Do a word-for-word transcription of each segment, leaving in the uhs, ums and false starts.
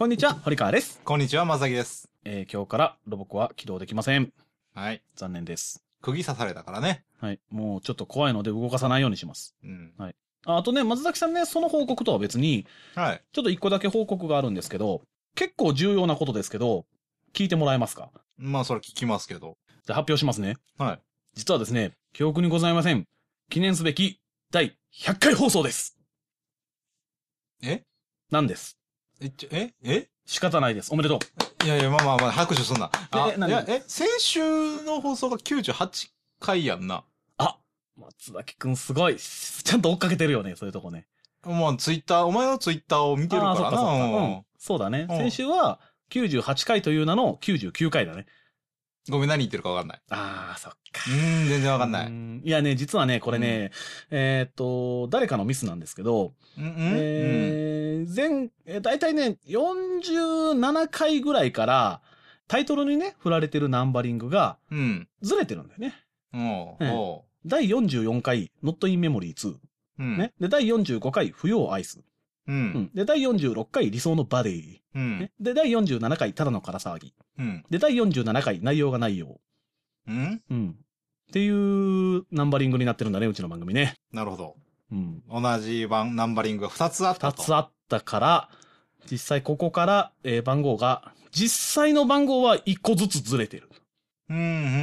こんにちは、堀川です。 こんにちは、まさきです。 えー、今日からロボコは起動できません。 はい。 残念です。 釘刺されたからね。 はい。もうちょっと怖いので動かさないようにします。 うん。 はい。あ、あとね、松崎さんね、その報告とは別に、 はい。 ちょっと一個だけ報告があるんですけど、結構重要なことですけど、聞いてもらえますか？ まあ、それ聞きますけど。 じゃあ発表しますね。 はい。 実はですね、記憶にございません。記念すべき第ひゃっかい放送です。 えなんです。 え、ちょ、ええ仕方ないです。おめでとう。いやいや、まあまあまあ、拍手すんな。あ、 え、何？ いや、え、先週の放送がきゅうじゅうはちかいやんな。 あ、松崎くんすごい。ちゃんと追っかけてるよね、そういうとこね。 まあ、ツイッター、お前のツイッターを見てるからな。 あ、そっかそっか。うん。そうだね。先週はきゅうじゅうはちかいという名のきゅうじゅうきゅうかいだね。 ごめん、何言ってるかわかんない。 ああ、そっか。 うーん、全然わかんない。 いやね、実はね、これね、うん、えー、っと、誰かのミスなんですけど、 うんうん、 えー、前、えー、だいたいね、よんじゅうななかいぐらいから、タイトルにね、振られてるナンバリングが、ずれてるんだよね。 うん。おうだいよんじゅうよんかい、Not in Memory ツー。うん。ね。で、だいよんじゅうごかい、冬を愛す。うん。うん。で、だいよんじゅうろっかい、理想のバディ。うん。ね。で、だいよんじゅうななかい、ただのから騒ぎ。うん。で、だいよんじゅうななかい、内容がないよう。うん。うん。っていうナンバリングになってるんだね、うちの番組ね。 なるほど。うん。同じ番、ナンバリングがふたつあったと。 ふたつあったから、実際ここから、えー、番号が、実際の番号はいっこずつずれてる。 うん、うん、うん、うん、うん。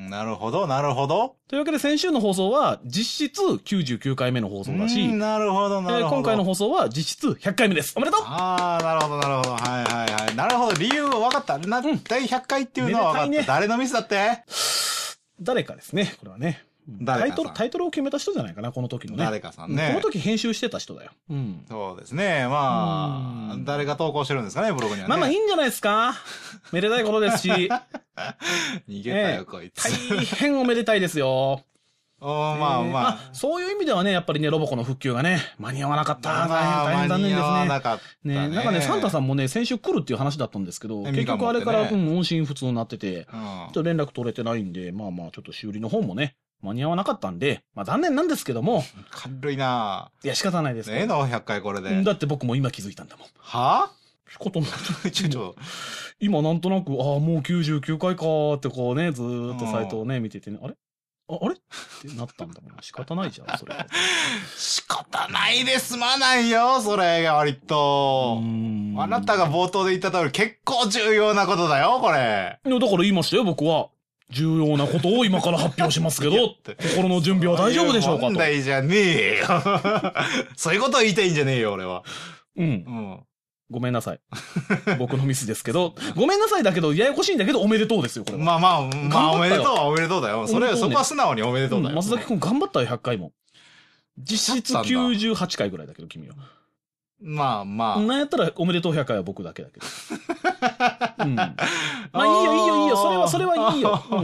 なるほど、なるほど。 というわけで先週の放送は実質きゅうじゅうきゅうかいめの放送だし、 なるほど、なるほど。 今回の放送は実質ひゃっかいめです。おめでとう。 ああ、なるほど、なるほど。はいはいはい。なるほど。理由は分かった。な、うん、だいひゃっかいっていうのは分かった。ね、誰のミスだって？ 誰かですね、これはね。タイトル、タイトルを決めた人じゃないかな、この時のね。 誰かさんね。 この時編集してた人だよ。うん。 そうですね。まあ、誰が投稿してるんですかね、ブログにはね。 まあまあいいんじゃないですか。めでたいことですし。 逃げたよ、こいつ。 大変おめでたいですよ。 おまあまあ、 そういう意味ではね、やっぱりね、ロボコの復旧がね、間に合わなかった。大変、大変残念ですね。間に合わなかったね。なんかね、サンタさんもね、先週来るっていう話だったんですけど、結局あれから、うん、音信不通になってて、ちょっと連絡取れてないんで、まあまあ、ちょっと修理の方もね、間に合わなかったんで、まあ残念なんですけども。 軽いなぁ。 いや、仕方ないです。 ええの ?ひゃっかいこれで。 だって僕も今気づいたんだもん。 はぁ仕方ない。ちょっと。今なんとなく、ああ、もうきゅうじゅうきゅうかいかーってこうね、ずーっとサイトをね、見ててね、あれあ、あれってなったんだもん。仕方ないじゃん、それ。 仕方ないで済まないよ、それが割と。あなたが冒頭で言った通り結構重要なことだよ、これ。 いや、だから言いましたよ、僕は。重要なことを今から発表しますけど、心の準備は大丈夫でしょうかと。 問題じゃねえよ。そういうことを言いたいんじゃねえよ、俺は。 うん。うん。ごめんなさい。僕のミスですけど、ごめんなさいだけど、ややこしいんだけど、おめでとうですよ、これは。 まあまあ、まあ、おめでとうはおめでとうだよ。それ、そこは素直におめでとうだよ。 松崎くん頑張ったよ、ひゃっかいも。実質きゅうじゅうはちかいぐらいだけど、君は。 まあまあ。 なんやったらおめでとうひゃっかいは僕だけだけど。うん。まあいいよいいよいいよ。それはそれはいいよ。うんうん。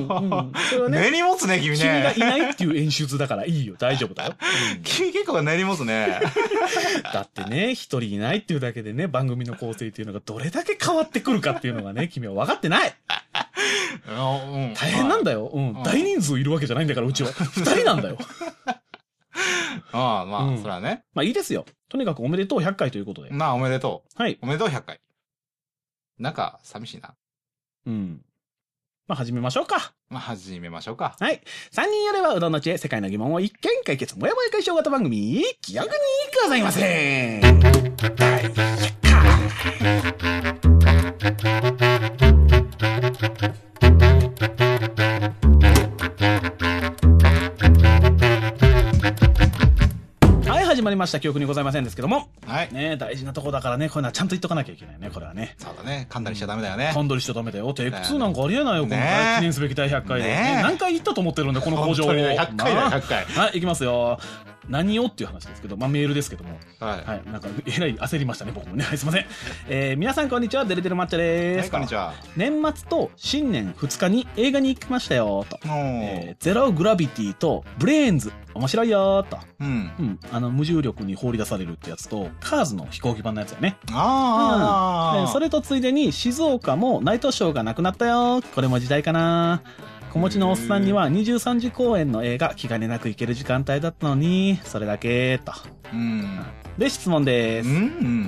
それはね。 根に持つね、君ね。 君がいないっていう演出だからいいよ。大丈夫だよ。 君結構根に持つね。 だってね、一人いないっていうだけでね、番組の構成っていうのがどれだけ変わってくるかっていうのがね、君は分かってない。大変なんだよ。うん。大人数いるわけじゃないんだから、うちは。二人なんだよ。 ああ、まあ、うん、それはね。 まあいいですよ。とにかくおめでとうひゃっかいということで。 まあおめでとう。はい。 おめでとうひゃっかい。なんか、寂しいな。 うん。まあ始めましょうか。 まあ始めましょうか。 はい。三人やればうどんの知恵、世界の疑問を一見解決、もやもや解消型番組、記憶にございません。第ひゃっかい。始まりました。記憶にございませんですけども。 はい。 ね大事なとこだからね、こういうのはちゃんと言っとかなきゃいけないね、これはね。 そうだね。噛んだりしちゃダメだよね。 噛んだりしちゃダメだよ。テイクツーなんかありえないよ、今回。記念すべき第ひゃっかいで。ね何回言ったと思ってるんで、この工場を。ひゃっかいだよ、ひゃっかい。 はい、いきますよ。何をっていう話ですけど、まあメールですけども。はい。はい。なんか、えらい焦りましたね、僕もね。はい、すいません。えー、皆さんこんにちは、デレデレ抹茶です。 はい、こんにちは。 年末と新年ふつかに映画に行きましたよ、と。えー、ゼログラビティとブレーンズ、面白いよ、と。うん。うん。あの、無重力に放り出されるってやつと、カーズの飛行機版のやつよね。ああ、うん。それとついでに、静岡もナイトショーがなくなったよ。これも時代かな。子持ちのおっさんにはにじゅうさんじ公演の映画気兼ねなく行ける時間帯だったのに、それだけと。うん。 で、質問です。うんうん、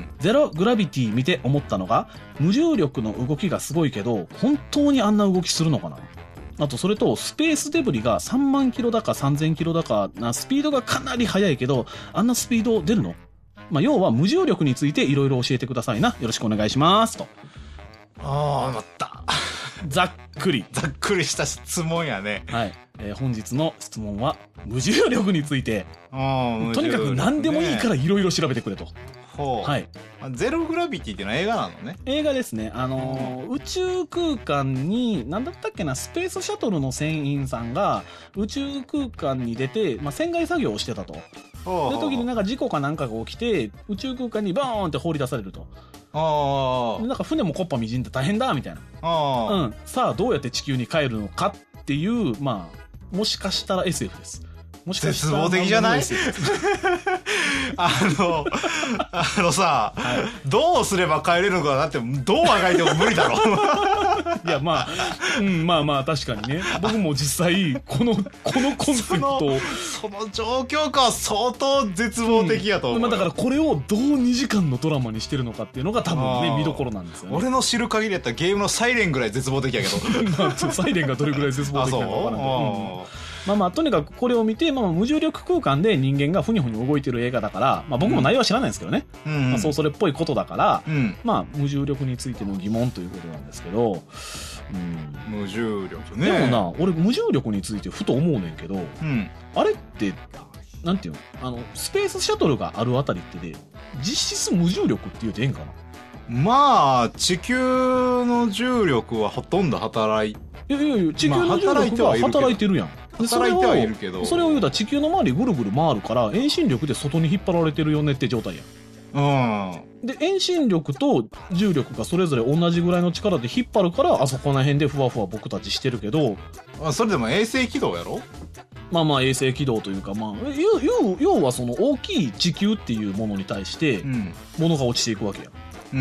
ゼログラビティ見て思ったのが、無重力の動きがすごいけど、本当にあんな動きするのかな？あと、それと、スペースデブリがさんまんキロだかさんぜんキロだかな、スピードがかなり速いけど、あんなスピード出るの？まあ、要は無重力についていろいろ教えてくださいな。よろしくお願いします。と。 ああ、まった。 ざっくり。 ざっくりした質問やね。 はい。えー、本日の質問は、無重力について。あとにかく何でもいいからいろいろ調べてくれと。 ほう。はい。ゼログラビティっていうのは映画なのね。 映画ですね。あのー、宇宙空間に、なんだったっけな、スペースシャトルの船員さんが宇宙空間に出て、まあ、船外作業をしてたと。ほうほう。で、時になんか事故かなんかが起きて、宇宙空間にバーンって放り出されると。ああ。なんか船もコッパみじんで大変だみたいな。ああ。うん。さあどうやって地球に帰るのかっていう、まあ、もしかしたら エスエフ です。もしかしたら絶望的じゃないあの、あのさ、はい、どうすれば帰れるのかなって、どうあがいても無理だろ。 いや、まあ、うん、まあまあ、確かにね。僕も実際、この、このコンセプトその、その状況下は相当絶望的やと思う。 うん、まあだからこれをどうにじかんのドラマにしてるのかっていうのが多分ね、見どころなんですよね。 俺の知る限りやったらゲームのサイレンぐらい絶望的やけど。 まあ、サイレンがどれぐらい絶望的なのかわからんけど。まあまあ、とにかくこれを見て、まあ無重力空間で人間がふにふに動いてる映画だから、まあ僕も内容は知らないんですけどね。うん、まあそうそれっぽいことだから、うん、まあ無重力についての疑問ということなんですけど、 うん、無重力ね。 でもな、俺無重力についてふと思うねんけど、うん、あれって、なんていうのあの、スペースシャトルがあるあたりってで、実質無重力って言うてええんかな？ まあ、地球の重力はほとんど働いて、 いやいやいや、地球の重力は働いてるやん。 働いてはいるけど。 それを言うたら地球の周りぐるぐる回るから、遠心力で外に引っ張られてるよねって状態やん。うん。で、遠心力と重力がそれぞれ同じぐらいの力で引っ張るから、あそこら辺でふわふわ僕たちしてるけど。 あ、それでも衛星軌道やろ？ まあまあ衛星軌道というか、まあ、要, 要はその大きい地球っていうものに対して、物が落ちていくわけやん。うん、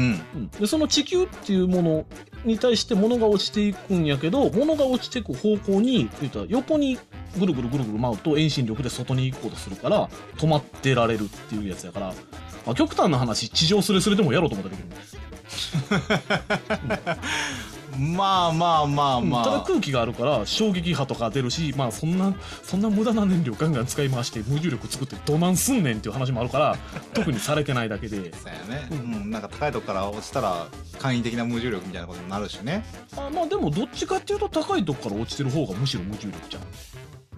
でその地球っていうものに対して物が落ちていくんやけど、物が落ちていく方向に横にぐるぐるぐるぐる回ると遠心力で外に行こうとするから止まってられるっていうやつやから、まあ、極端な話地上スレスレでもやろうと思ったけどまあまあまあまあ、 ただ空気があるから衝撃波とか出るし、まあそんなそんな無駄な燃料ガンガン使い回して無重力作ってどなんすんねんっていう話もあるから特にされてないだけでそうやね、うん、なんか高いとこから落ちたら簡易的な無重力みたいなことになるしね。 あ、まあでもどっちかっていうと高いとこから落ちてる方がむしろ無重力じゃん。 うん、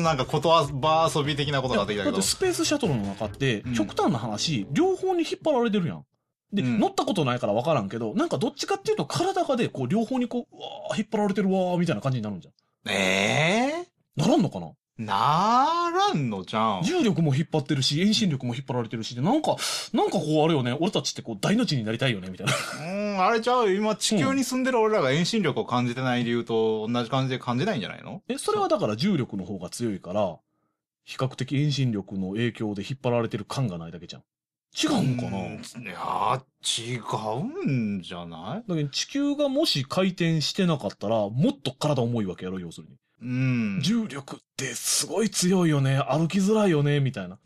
なんか言葉遊び的なことができたけど、 だってスペースシャトルの中って極端な話、うん、両方に引っ張られてるやん。で、うん、乗ったことないから分からんけど、なんかどっちかっていうと体がで、こう、両方にこう、うわー引っ張られてるわー、みたいな感じになるんじゃん。 ええー、ならんのかな？ ならんのじゃん。 重力も引っ張ってるし、遠心力も引っ張られてるし、で、なんか、なんかこうあれよね、俺たちってこう、大の字になりたいよね、みたいな。 うん、あれちゃう、今地球に住んでる俺らが遠心力を感じてない理由と同じ感じで感じないんじゃないの？ え、それはだから重力の方が強いから、比較的遠心力の影響で引っ張られてる感がないだけじゃん。違うんかな？いやー、違うんじゃない？ だけど地球がもし回転してなかったら、もっと体重いわけやろ、要するに。うん。重力ってすごい強いよね、歩きづらいよね、みたいな。 うん、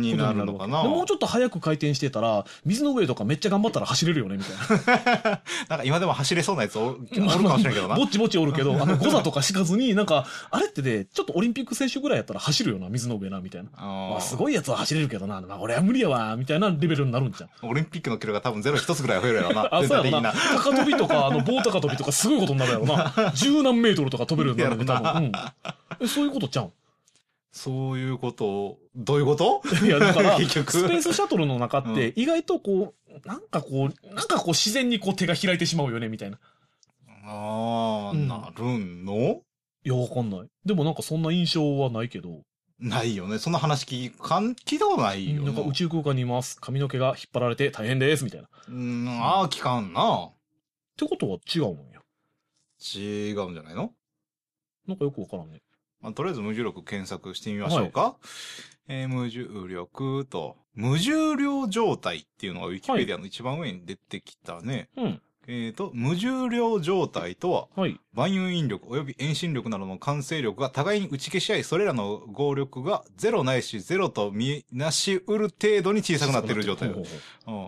になるのかな。 でもうちょっと早く回転してたら、水の上とかめっちゃ頑張ったら走れるよね、みたいな。 なんか今でも走れそうなやつおるかもしれんけどな。 ぼっちぼっちおるけど、あの、誤差とか敷かずに、なんか、あれってね、ちょっとオリンピック選手ぐらいやったら走るよな、水の上な、みたいな。まあ、すごいやつは走れるけどな、まあ、俺は無理やわ、みたいなレベルになるんじゃん。 オリンピックの記録が多分ゼロ一つぐらい増えるやろな。 あ、そうやろな。高跳びとか、あの、棒高跳びとかすごいことになるやろな。十何メートルとか飛べるようになるんで、多分。うんえ、そういうことちゃうん？ そういうこと、どういうこと？ いや、だから、スペースシャトルの中って、意外とこう、なんかこう、なんかこう自然にこう手が開いてしまうよね、みたいな。 ああ、うん、なるの？ いや、わかんない。でもなんかそんな印象はないけど。 ないよね。そんな話聞かん、聞いたことないよ。 なんか宇宙空間にいます。髪の毛が引っ張られて大変です、みたいな。 うん、ああ、聞かんな。 ってことは違うんや。 違うんじゃないの？ なんかよくわからんね。 まあ、とりあえず無重力検索してみましょうか。はい、えー、無重力と、無重量状態っていうのがウィキペディアの一番上に出てきたね。はい、うん。 えっと、無重量状態とは、 はい。 万有引力及び遠心力などの慣性力が互いに打ち消し合い、それらの合力がゼロないしゼロと見なし得る程度に小さくなっている状態。うん。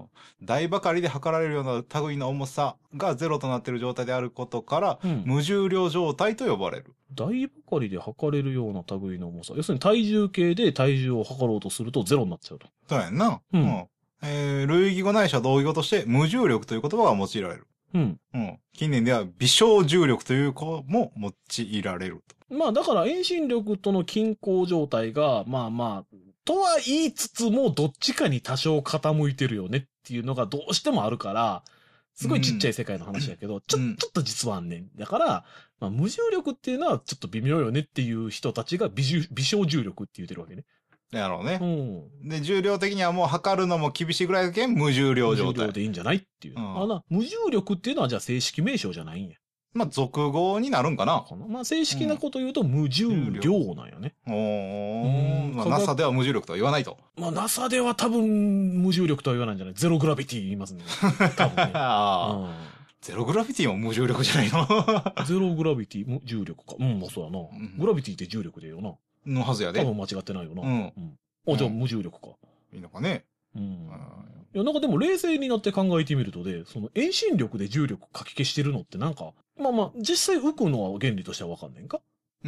台ばかりで測られるような類の重さがゼロとなっている状態であることから、うん、無重量状態と呼ばれる。 台ばかりで測れるような類の重さ。要するに体重計で体重を測ろうとするとゼロになっちゃうと。 そうやんな。うん。うん、えー、類義語ないしは同義語として無重力という言葉が用いられる。うん。うん。近年では微小重力という語も用いられると。まあだから遠心力との均衡状態が、まあまあ、とは言いつつもどっちかに多少傾いてるよねっていうのがどうしてもあるから、すごいちっちゃい世界の話だけど、うん、ちょ、ちょっと実はあんねん。だから、まあ無重力っていうのはちょっと微妙よねっていう人たちが微重、微小重力って言ってるわけね。 なるほどね。うん。で、重量的にはもう測るのも厳しいぐらいだけ無重量状態。 無重量でいいんじゃないっていう。うん、あな、無重力っていうのはじゃあ正式名称じゃないんや。 まあ、俗語になるんかな。 まあ、正式なこと言うと無重量なんやね。 うん、おー。まあ、ナサ では無重力とは言わないと。 まあ、ナサ では多分無重力とは言わないんじゃない。ゼログラビティ言いますね。多分ね。あうん、ゼログラビティも無重力じゃないのゼログラビティ無重力か。うん、まあそうやな。うん、グラビティって重力でよな。 のはずやで。 多分間違ってないよな。うん。うんあ、じゃあ無重力か。 いいのかね。 うん。いや、なんかでも冷静になって考えてみるとで、その遠心力で重力かき消してるのってなんか、まあまあ、実際浮くのは原理としてはわかんないんかうん。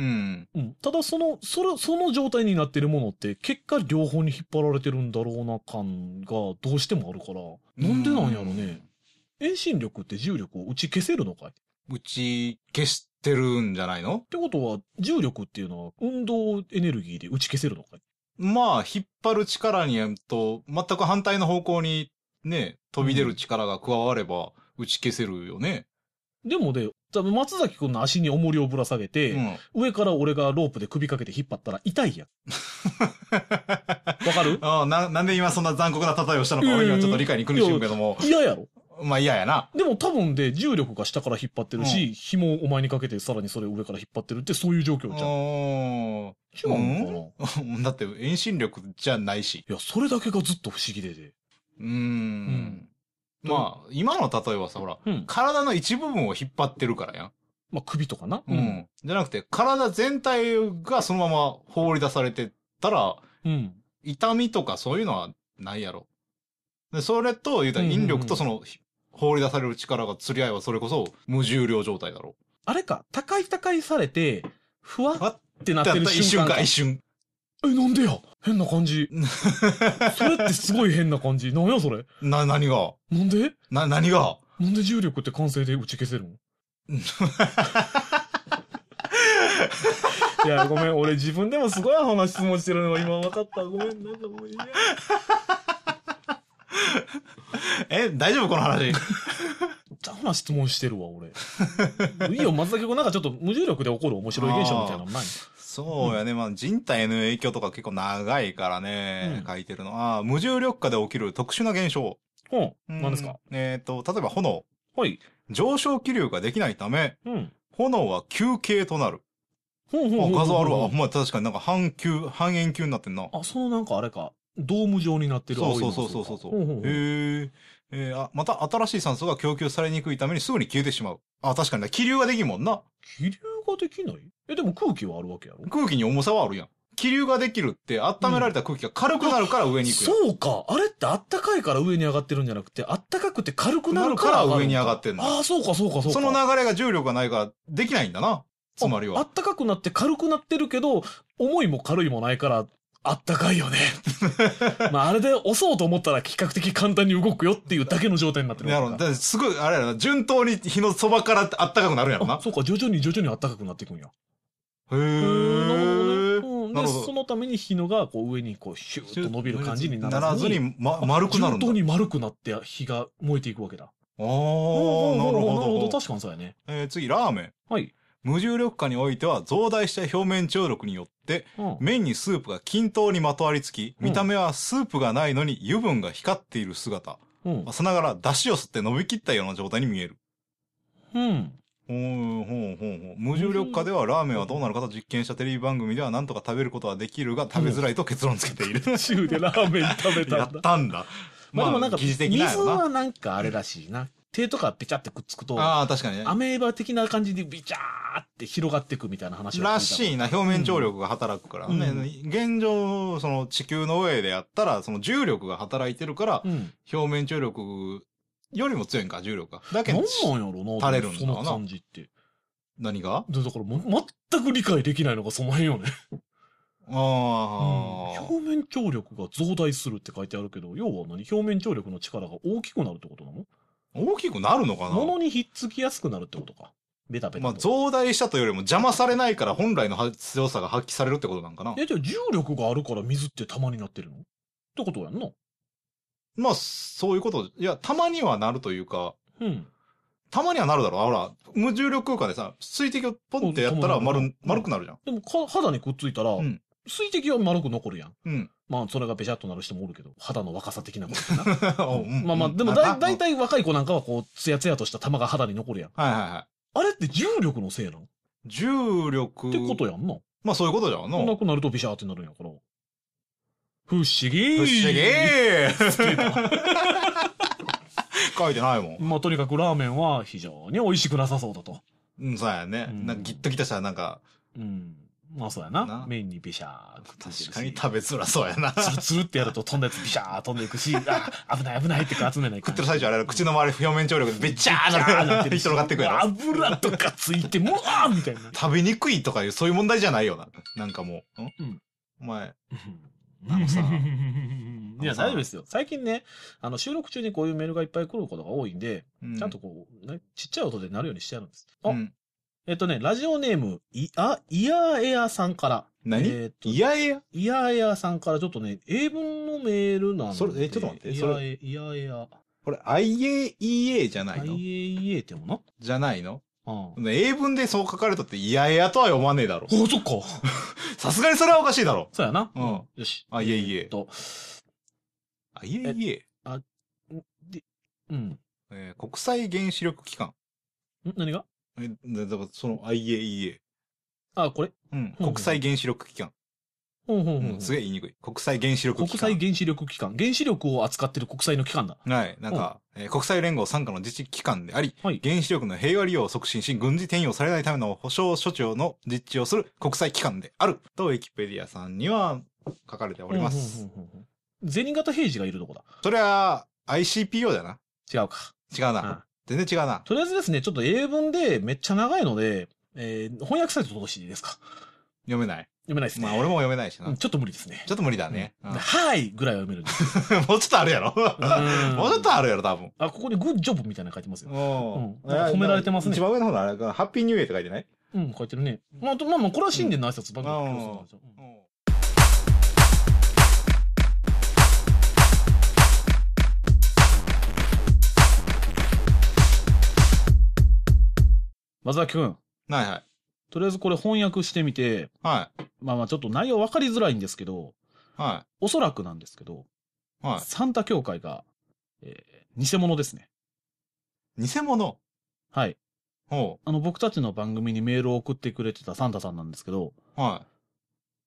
うん。ただその、それ、その状態になってるものって結果両方に引っ張られてるんだろうな感がどうしてもあるから、なんでなんやろね。遠心力って重力を打ち消せるのかい打ち消してるんじゃないのってことは、重力っていうのは運動エネルギーで打ち消せるのかいまあ、引っ張る力に、と、全く反対の方向にね、飛び出る力が加われば、打ち消せるよね。 うん、でもね、多分松崎くんの足に重りをぶら下げて、うん、上から俺がロープで首かけて引っ張ったら痛いやん。わかるああ、な、なんで今そんな残酷な例えをしたのか俺にはちょっと理解に苦しむけども。 嫌やろまあ嫌やな。 でも多分で重力が下から引っ張ってるし、うん、紐をお前にかけてさらにそれ上から引っ張ってるってそういう状況じゃん。違うのかな、うん、だって遠心力じゃないし。 いや、それだけがずっと不思議でで。 うーん。うんまあ、今の例えはさ、ほら、うん、体の一部分を引っ張ってるからやん。 まあ、首とかな。 うん。うん、じゃなくて、体全体がそのまま放り出されてたら、うん。痛みとかそういうのはないやろ。で、それと、言うたら引力とその、放り出される力が釣り合いはそれこそ無重量状態だろ。 あれか、高い高いされて、ふわってなってる瞬間か。 一瞬か、一瞬。 え、なんでや変な感じ。それってすごい変な感じ。なんやそれ。 な、何がなんでな、何がなんで重力って完成で打ち消せるのいや、ごめん。俺自分でもすごいアホな質問してるのが今分かった。ごめん。なんかもういいや。 え、大丈夫この話。 ちゃうな質問してるわ、俺。いいよ、松崎君なんかちょっと無重力で起こる面白い現象みたいなのないそうやね。うん、まあ、人体への影響とか結構長いからね、うん、書いてるのは、無重力下で起きる特殊な現象。 ほう。何ですかえっ、ー、と、例えば炎。 はい。 上昇気流ができないため、うん、炎は球形となる。 ほうほうほうほう。 あ、画像あるわ。まあ、確かになんか半球、半円球になってんな。 あ、そのなんかあれか。ドーム状になってる青いそうそうそうそうそう。へえ。えー、あ、また新しい酸素が供給されにくいためにすぐに消えてしまう。あ、確かに気流ができんもんな。 気流ができないえ、でも空気はあるわけやろ空気に重さはあるやん。気流ができるって温められた空気が軽くなるから上に行くやん、 うん、そうか。あれってあったかいから上に上がってるんじゃなくて、あったかくて軽くなるから上に上がってんの。 ああ、そうかそうかそうか。 その流れが重力がないからできないんだな。つまりは。 あったかくなって軽くなってるけど、重いも軽いもないから、あったかいよね。まあ、あれで押そうと思ったら比較的簡単に動くよっていうだけの状態になってる。 なるほど。すごい、あれやな、順当に火のそばからあったかくなるやろな。 そうか、徐々に徐々にあったかくなっていくんや。 へー。 なるほどね。うん、で、そのために火のがこう上にこうシューッと伸びる感じにならずに。ならずに、 ま、丸くなるんだ。 順当に丸くなって火が燃えていくわけだ。ああ、なるほど。なるほど。 確かにそうやね。 えー、次、ラーメン。 はい。 無重力下においては増大した表面張力によって、うん、麺にスープが均等にまとわりつき、見た目はスープがないのに油分が光っている姿。うん、さながら出汁を吸って伸びきったような状態に見える。 うん。 ほうほうほうほう。無重力下ではラーメンはどうなるかと実験したテレビ番組ではなんとか食べることはできるが食べづらいと結論つけている。 宇宙でラーメン食べたんだ。 やったんだ。 まあでもなんか、水はなんかあれらしいな。 手とかペチャってくっつくと、 ああ、確かにね。 アメーバ的な感じでビチャーって広がっていくみたいな話らしいな、表面張力が働くからね。うん、現状、その地球の上でやったら、その重力が働いてるから、うん、表面張力よりも強いんか、重力が。だけど、 なんなんやろな、 垂れるんだその感じって。 何がだからも全く理解できないのがその辺よね。 ああ、 うん、表面張力が増大するって書いてあるけど、要は何表面張力の力が大きくなるってことなの？ 大きくなるのかな？ 物にひっつきやすくなるってことか。ベタベタ。 まあ、増大したというよりも邪魔されないから本来の強さが発揮されるってことなんかな。 え、じゃあ重力があるから水って玉になってるのってことやんな。 まあ、そういうこと。いや、たまにはなるというか、 うん。 たまにはなるだろう。ほら、無重力空間でさ、水滴をポンってやったら丸、丸くなるじゃん。 でもか、肌にくっついたら、うん、水滴は丸く残るやん。 うん。 まあ、それがベシャッとなる人もおるけど、肌の若さ的なことかな。うん、まあまあ、でもだ、だいたい若い子なんかはこう、ツヤツヤとした玉が肌に残るやん。 はいはいはい。 あれって重力のせいなの？ 重力。 ってことやんな。 まあそういうことじゃんな。 なくなるとビシャーってなるんやから。不思議不思議書いてないもん。 まあとにかくラーメンは非常に美味しくなさそうだと。 うん、そうやね。うん、なんかギッときたしたらなんか。 うん。まあそうやな。な麺にビシャーって確かに食べづらそうやな。 ツルツルってやると飛んだやつビシャー飛んでいくし、あ、危ない危ないってか集めない食ってる最中あれ、口の周り表面張力でビチャーなって広がっていくやろ。 油とかついて、もうあーみたいな。 食べにくいとかいうそういう問題じゃないよな。なんかもう。うん。お前。あのさ。 いや、大丈夫ですよ。最近ね、あの、収録中にこういうメールがいっぱい来ることが多いんで、うん、ちゃんとこう、ね、ちっちゃい音で鳴るようにしてあるんです。あ、うん、えっとね、ラジオネーム、い、あ、イヤーエアさんから。 何えっと、イヤーエアイヤーエアさんからちょっとね、英文のメールなんで。 それ、え、ちょっと待って。 イヤーエア、イヤーエア。 これ、アイエーイーエー じゃないのアイエーイーエー ってもなじゃないのうん。 英文でそう書かれたって、イヤーエアとは読まねえだろ。 お、そっか。 さすがにそれはおかしいだろ。 そうやな。 うん。 よし。 アイエーイーエー。 えっと、 アイエーイーエー? あ、で、うん。 えー、国際原子力機関。 ん何がえ、だからその アイエーイーエー。 あ、これうん。国際原子力機関。 ほうほうほう。 すげえ言いにくい。国際原子力機関。 国際原子力機関。原子力を扱ってる国際の機関だ。 はい。なんか、えー、国際連合傘下の自治機関であり、 はい、 原子力の平和利用を促進し、軍事転用されないための保障処置の実地をする国際機関である。と、ウィキペディアさんには書かれております。 銭形平次がいるとこだ。 それは、アイシーピーオー だな。 違うか。 違うな。うん、全然違うな。 とりあえずですね、ちょっと英文でめっちゃ長いので、えー、翻訳サイト届していいですか？ 読めない。 読めないですね。 まあ俺も読めないしな。 ちょっと無理ですね。 ちょっと無理だね。 うんうん、はいぐらいは読めるんです。 もうちょっとあるやろ。もうちょっとあるやろ、多分。 あ、ここにグッジョブみたいなの書いてますよ。うん。褒められてますね。 一番上の方のあれが、ハッピーニューイヤーって書いてない？ うん、書いてるね。まあ、まあまあ、これは新年の挨拶番組の競争なんですよ。松崎くん。 はいはい。 とりあえずこれ翻訳してみて、 はい。 まあまあちょっと内容分かりづらいんですけど、 はい。 おそらくなんですけど、 はい。 サンタ教会が、えー、偽物ですね。 偽物？はい。 ほう。あの、僕たちの番組にメールを送ってくれてたサンタさんなんですけど、 はい。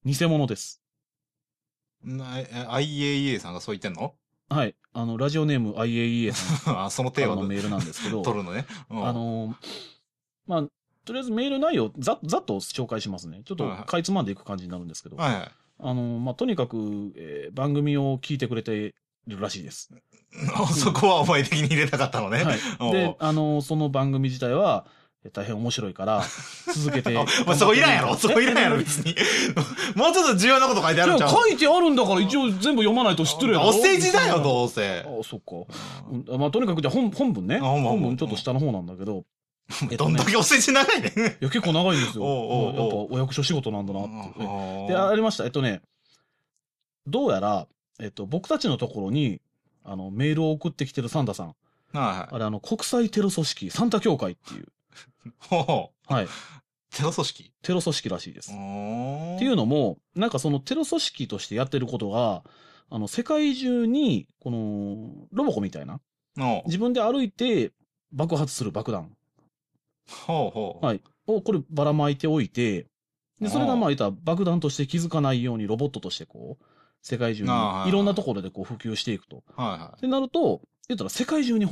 偽物です。 な、え、アイエーイーエー さんがそう言ってんの？ はい。あの、ラジオネーム アイエーイーエー さん。 あ、その程度のメールなんですけど。 取るのね。 うん、あのー、まあ、とりあえずメール内容、ざ、ざっと紹介しますね。ちょっとかいつまんでいく感じになるんですけど。 はいはい。 あのー、まあ、とにかく、えー、番組を聞いてくれているらしいです。 そこは思い的に入れたかったのね。 はい。で、あのー、その番組自体は、大変面白いから、続けて。 まあ、そこいらんやろそこいらんやろ別に。もうちょっと重要なこと書いてあるんちゃう？ 書いてあるんだから一応全部読まないと知ってるやろ。 お世辞だよ、どうせ。 ああ、そっか。うん、まあ、とにかくじゃあ本、本文ね。本文ちょっと下の方なんだけど。 どんだけお世辞長いね。 いや、結構長いんですよ。おうおうおうやっぱお役所仕事なんだなって。で、ありました。えっとね、どうやら、えっと、僕たちのところに、あの、メールを送ってきてるサンタさん。 はい。 あれ、あの、国際テロ組織、サンタ協会っていう。 ほう。はい。 テロ組織？ テロ組織らしいです。っていうのも、なんかそのテロ組織としてやってることが、あの、世界中に、この、ロボコみたいな。自分で歩いて爆発する爆弾。 ほうほう。はい。を、こればらまいておいて、で、それがまあ言ったら爆弾として気づかないようにロボットとしてこう、世界中にいろんなところでこう普及していくと。 はいはい。 ってなると、言ったら世界中にほら、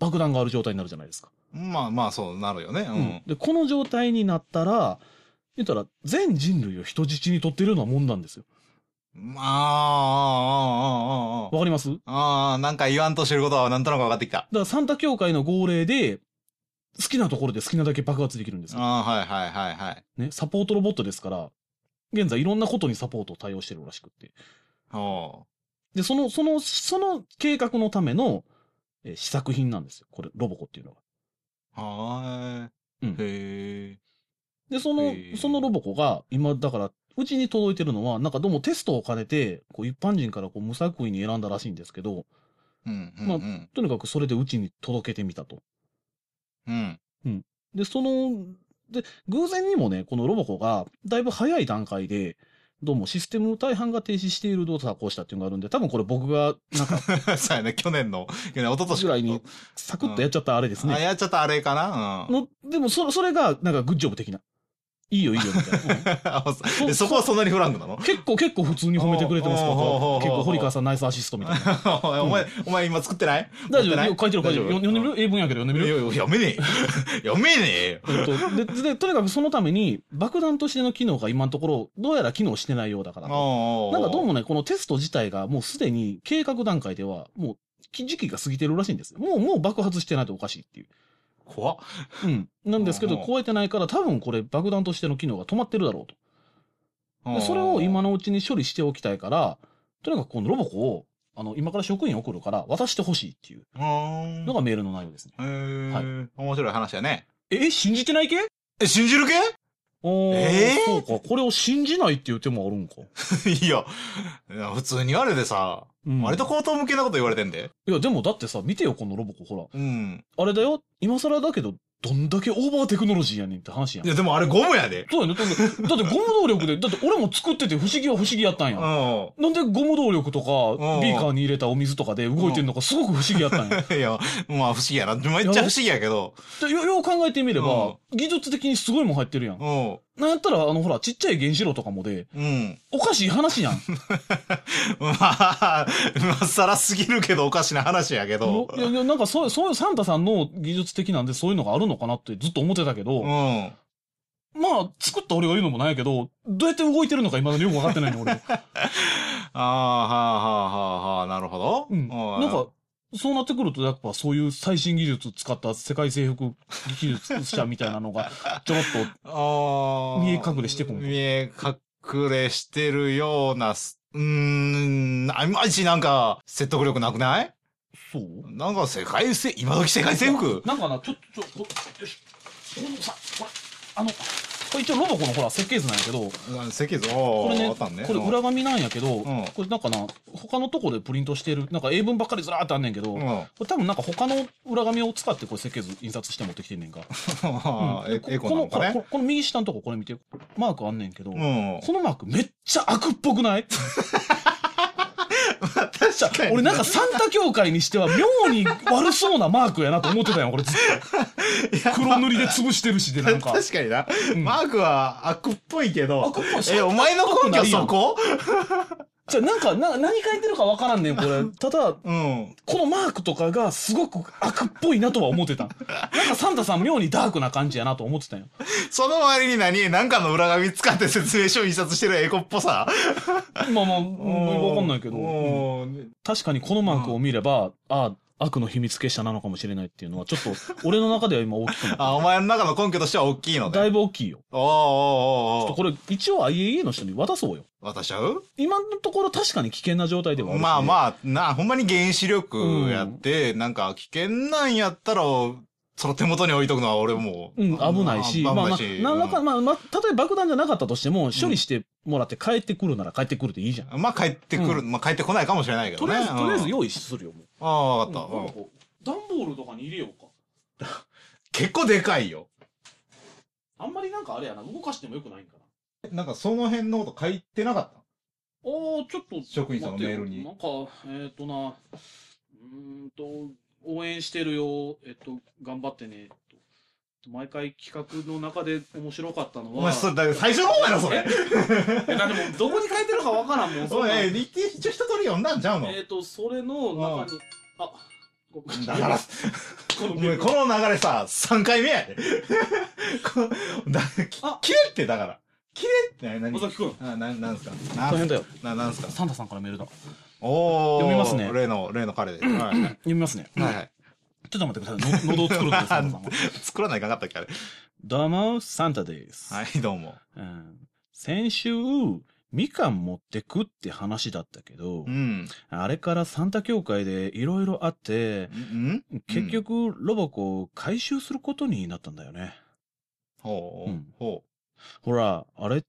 爆弾がある状態になるじゃないですか。 まあまあ、そうなるよね。うん。うん、 で、この状態になったら、言ったら、全人類を人質に取ってるようなもんなんですよ。 まあ、ああ、ああ、ああ。 わかります？ ああ、なんか言わんとしてることはなんとなく分かってきた。だからサンタ教会の号令で、好きなところで好きなだけ爆発できるんですよ。 ああ、はいはいはいはい。 ね、サポートロボットですから、現在いろんなことにサポートを対応してるらしくって。 はあ。 で、その、その、その計画のための、えー、試作品なんですよ。これ、ロボコっていうのが。 はーい。うん。へえ。 で、その、そのロボコが、今、だから、うちに届いてるのは、なんかどうもテストを兼ねて、こう一般人からこう無作為に選んだらしいんですけど、 うん、うん、 まあ、とにかくそれでうちに届けてみたと。 うん。 うん。で、その、で、偶然にもね、このロボコが、だいぶ早い段階で、どうもシステム大半が停止している動作をこうしたっていうのがあるんで、多分これ僕が、なんか、 そうやね、去年の、去年、一昨年ぐらいに、サクッとやっちゃったあれですね。 うん、あ、やっちゃったあれかなうん。 の、でも、そ、それが、なんかグッジョブ的な。いいよいいよ、みたいな。 うん、そ, そこはそんなにフランクなの？ 結構結構普通に褒めてくれてますから、結構堀川さんナイスアシストみたいな。 お前、お前今作ってない？ 大丈夫、書いてる書いてる。読んでみる？英文やけど読んでみる？ 読めねえ。読めねえよ。で、で、とにかくそのために、爆弾としての機能が今のところ、どうやら機能してないようだから。なんかどうもね、このテスト自体がもうすでに計画段階では、もう時期が過ぎてるらしいんですよ。もう、もう爆発してないとおかしいっていう。 怖っ。 うん。なんですけど、超えてないから多分これ爆弾としての機能が止まってるだろうと。でそれを今のうちに処理しておきたいから、とにかくこのロボコを、あの、今から職員送るから渡してほしいっていうのがメールの内容ですね。 へー。はい。面白い話やね。 え、信じてない系？ え、信じる系？ えー、そうか。これを信じないっていう手もあるんか。 いや、いや普通にあれでさ、うん、割と口頭向けなこと言われてんで。 いや、でもだってさ、見てよ、このロボコ、ほら。 うん。 あれだよ、今更だけど、どんだけオーバーテクノロジーやねんって話やん。 いや、でもあれゴムやで。 そうやね。だって、だってゴム動力で、だって俺も作ってて不思議は不思議やったんや。うん。なんでゴム動力とか、ビーカーに入れたお水とかで動いてんのかすごく不思議やったんや。 いや、まあ不思議やな。めっちゃ不思議やけど。 よ、よう考えてみれば、技術的にすごいもん入ってるやん。うん。なんやったら、あの、ほら、ちっちゃい原子炉とかもで、うん。おかしい話やん。 まあ、まあ、さらすぎるけどおかしな話やけど。 いや、いや、なんかそう、そういうサンタさんの技術的なんでそういうのがあるのかなってずっと思ってたけど、うん。まあ、作った俺が言うのもないけど、どうやって動いてるのか今までよくわかってないの、俺。ああ、はあ、はあ、はあ、はあ、なるほど。 うん。なんか、そうなってくると、やっぱそういう最新技術使った世界征服技術者みたいなのが、ちょろっと、見え隠れしてくる。 見え隠れしてるような、うーん、あいまいちなんか、説得力なくない？ そうなんか世界征、今時世界征服なんかな、ちょっと、ちょっと、よし。このさ、これ、あの、これ一応ロボコのほら設計図なんやけど、 設計図、 これね、 あったんね、 これ裏紙なんやけど、うん、これなんかな、他のとこでプリントしてる、なんか英文ばっかりずらーってあんねんけど、うん、これ多分なんか他の裏紙を使ってこれ設計図印刷して持ってきてんねんか。うん、こ, この、ね、こ, この右下のとここれ見て、マークあんねんけど、うん、このマークめっちゃ悪っぽくないまあ、確かに。 俺なんかサンタ教会にしては妙に悪そうなマークやなと思ってたよ、俺ずっと。黒塗りで潰してるしで、なんか。 確かにな。うん、マークは悪っぽいけど。 悪っぽい。 え、お前の根拠そこじゃなんか、な、何書いてるかわからんねん、これ。ただ、うん、このマークとかがすごく悪っぽいなとは思ってた。なんかサンタさん妙にダークな感じやなと思ってたよ。 その割に何なんかの裏紙使って説明書を印刷してるエコっぽさまあまあ、わかんないけど、うん。確かにこのマークを見れば、うん、ああ、悪の秘密結社なのかもしれないっていうのは、ちょっと、俺の中では今大きくなって。 あ、お前の中の根拠としては大きいのね。 だいぶ大きいよ。 おーおーおーおー。 ちょっとこれ、一応 アイエーイー の人に渡そうよ。 渡しちゃう？ 今のところ確かに危険な状態ではあるし、ね。 まあまあ、な、ほんまに原子力やって、うん、なんか危険なんやったら、その手元に置いとくのは俺もう。うん、危ないし、まあまあ、何らか、まあまあ、たとえ爆弾じゃなかったとしても、処理してもらって帰ってくるなら帰ってくるでいいじゃん。 まあ帰ってくる、うん、まあ帰ってこないかもしれないけどね。 とりあえず、とりあえず用意するよ、もう。 ああ、わかった。うんうん段ボールとかに入れようか。 結構でかいよ。 あんまりなんかあれやな、動かしてもよくないんかな。なんかその辺のこと書いてなかった？ ああ、ちょっと。 職員さんのメールに。 なんか、えっ、ー、とな、うーんと、応援してるよ、えっと、頑張ってね、と。毎回企画の中で面白かったのは。 お前、それ、だ最初の方だよ、それ。 え、だってもう、どこに書いてるかわからんもん、 おい、一応一通り読んだんちゃうの？ えっと、それの中に、あ、 だから、この流れさ、さんかいめやで。このだキレってだから。キレって何何尾崎くん。 あ、な、なんすか大変だよ。 な、なんすかサンタさんからメールだ。 おー。 読みますね。 例の、例の彼で。はい。 読みますね。 はいはい。 ちょっと待ってください。喉を作るんです、サンタさんは。 作らないかなかったっけあれ。 どうも、サンタです。 はい、どうも。 うん、先週、みかん持ってくって話だったけど、うん、あれからサンタ協会でいろいろあって、ん結局、ロボコを回収することになったんだよね。 ほう、うん、ほう。ほら、あれって、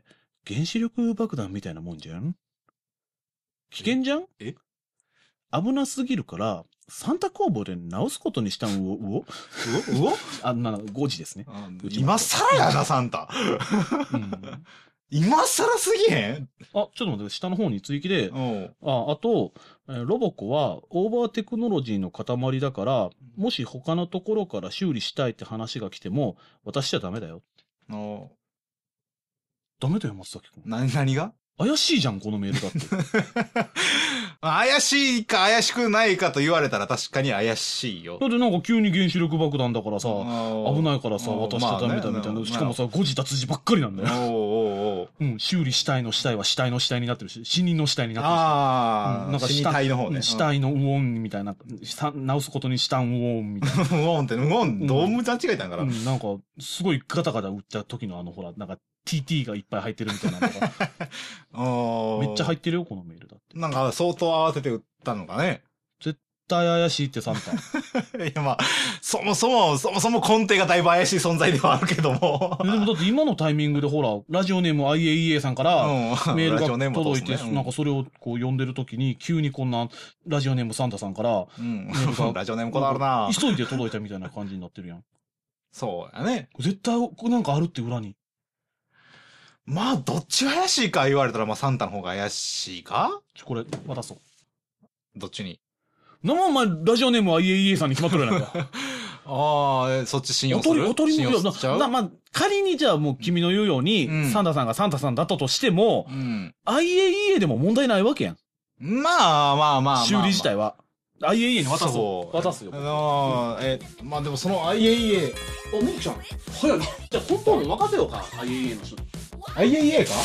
原子力爆弾みたいなもんじゃん？危険じゃん？ え危なすぎるから、サンタ工房で直すことにしたんを、うおうおあ、まあ、ごじですね。 今更やな、サンタ。うん今更すぎへん？ あ、ちょっと待って、下の方に追記で、あ、あと、えー、ロボコはオーバーテクノロジーの塊だから、もし他のところから修理したいって話が来ても、渡しちゃダメだよ。あダメだよ、松崎くん。 な、何が？ 怪しいじゃん、このメールだって。 怪しいか怪しくないかと言われたら確かに怪しいよ。 だってなんか急に原子力爆弾だからさ、危ないからさ、渡しちゃダメだみたいな。まあね、しかもさ、誤字脱字ばっかりなんだよ。おうおうおううん、修理死体の死体は死体の死体になってるし、死人の死体になってるし。ああ、うん、なんか死体の方ね。死体のウォンみたいな、直すことにしたんウォンみたいな。ウォンって、ウォン、どう間違えたんかな、 うんうん、なんか、すごいガタガタ打った時のあの、ほら、なんか、ティーティー がいっぱい入ってるみたいなのが。めっちゃ入ってるよ、このメールだって。 なんか相当慌てて打ったのかね。 絶対怪しいってサンタ。 いやまあ、そもそも、そもそも根底がだいぶ怪しい存在ではあるけども。 でもだって今のタイミングでほら、ラジオネーム アイエーイーエー さんからメールが届いて、うん、なんかそれをこう読んでるときに、急にこんなラジオネームサンタさんから、 うん、メールがラジオネームこだわるな急いで届いたみたいな感じになってるやん。 そうやね。 絶対なんかあるって裏に。 まあ、どっちが怪しいか言われたら、まあ、サンタの方が怪しいか？ ちょ、これ、渡そう。 どっちに？ なもお前、ラジオネームは アイエーイーエー さんに決まっとるやないか。 ああ、そっち信用する？ おとり、おとりも、いや、な、まあ、仮にじゃあもう君の言うように、うん、サンタさんがサンタさんだったとしても、うん、アイエーイーエー でも問題ないわけやん。 まあ、まあ、まあ、まあ、まあ。 修理自体は。アイエーイーエー に渡そう。渡すよ。 ああ、え、まあでもその アイエーイーエー。 あ、もくちゃん。早いな。じゃあ本当に任せようか、アイエーイーエー の人に。 アイエーイーエー か？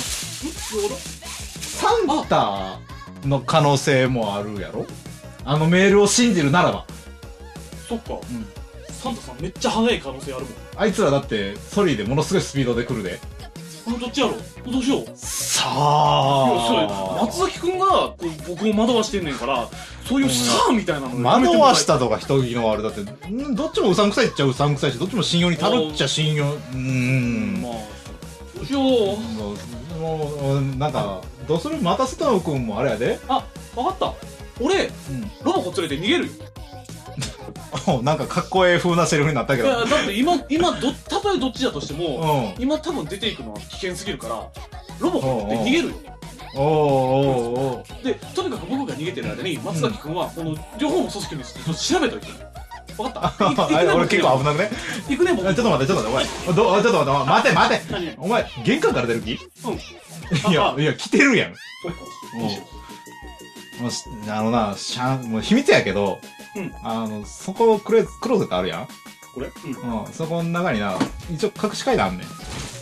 サンタの可能性もあるやろ？あのメールを信じるならば。 そっか。うん。サンタさんめっちゃ速い可能性あるもん。 あいつらだってソリでものすごいスピードで来るで。 あ、どっちやろ？どうしよう。 さあ。 いや、それ、松崎くんがこう僕を惑わしてんねんから、そういうさあみたいなの惑わしたとか人気のあれだって、んどっちもうさんくさいっちゃうさんくさいし、どっちも信用に足るっちゃ信用、うーん。まあ。 どうしよう。 もう、なんか、どうする？またスタノ君もあれやで。 あ、わかった。俺、うん、ロボコ連れて逃げるよ。 なんかかっこええ風なセリフになったけど。 いや、だって今、今ど、たとえどっちだとしても、うん、今多分出ていくのは危険すぎるから、ロボコって逃げるよ。おーおーおーで、とにかく僕が逃げてる間に、松崎くんは、この両方の組織について調べといて。わかった？ 俺結構危なくね？ 行くね、僕。 ちょっと待って、ちょっと待って、お前。ど、ちょっと待って、待て待て。お前、玄関から出る気？うん。いや、いや、来てるやん。そうか。もう、あのな、しゃん、もう秘密やけど、うん、あの、そこクレ、クローゼットあるやん？ これ？ うん。うん、そこの中にな、一応隠し階段あんねん。あ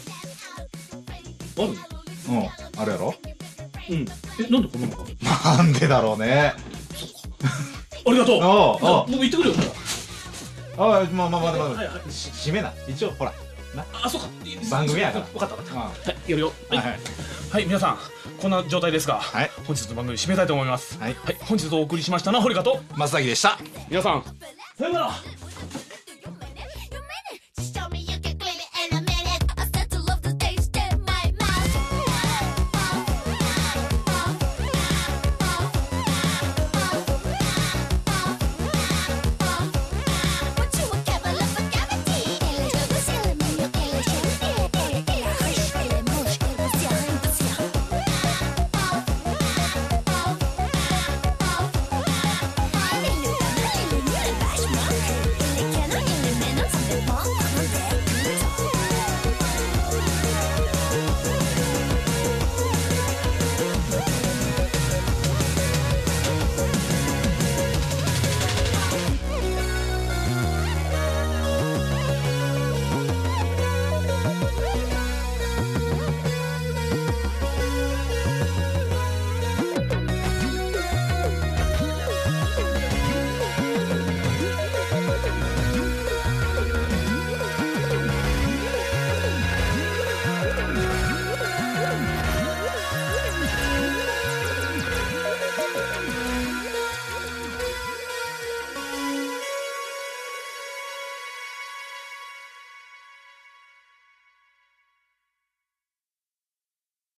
る？ うん、あるやろ？ うん。え、なんでこんなのかなんでだろうね。 そっか。ありがとう。ああ。僕行ってくるよ、 ああ、まあまあまあ、まあ、閉めな。一応、ほら。 な。あ、そうか。 番組やから。 分かった分かった。はい、やるよ。はい。はい、皆さん、こんな状態ですが、はい、本日の番組締めたいと思います。はい。はい、本日お送りしましたのは堀川と松崎でした。 皆さん、さよなら。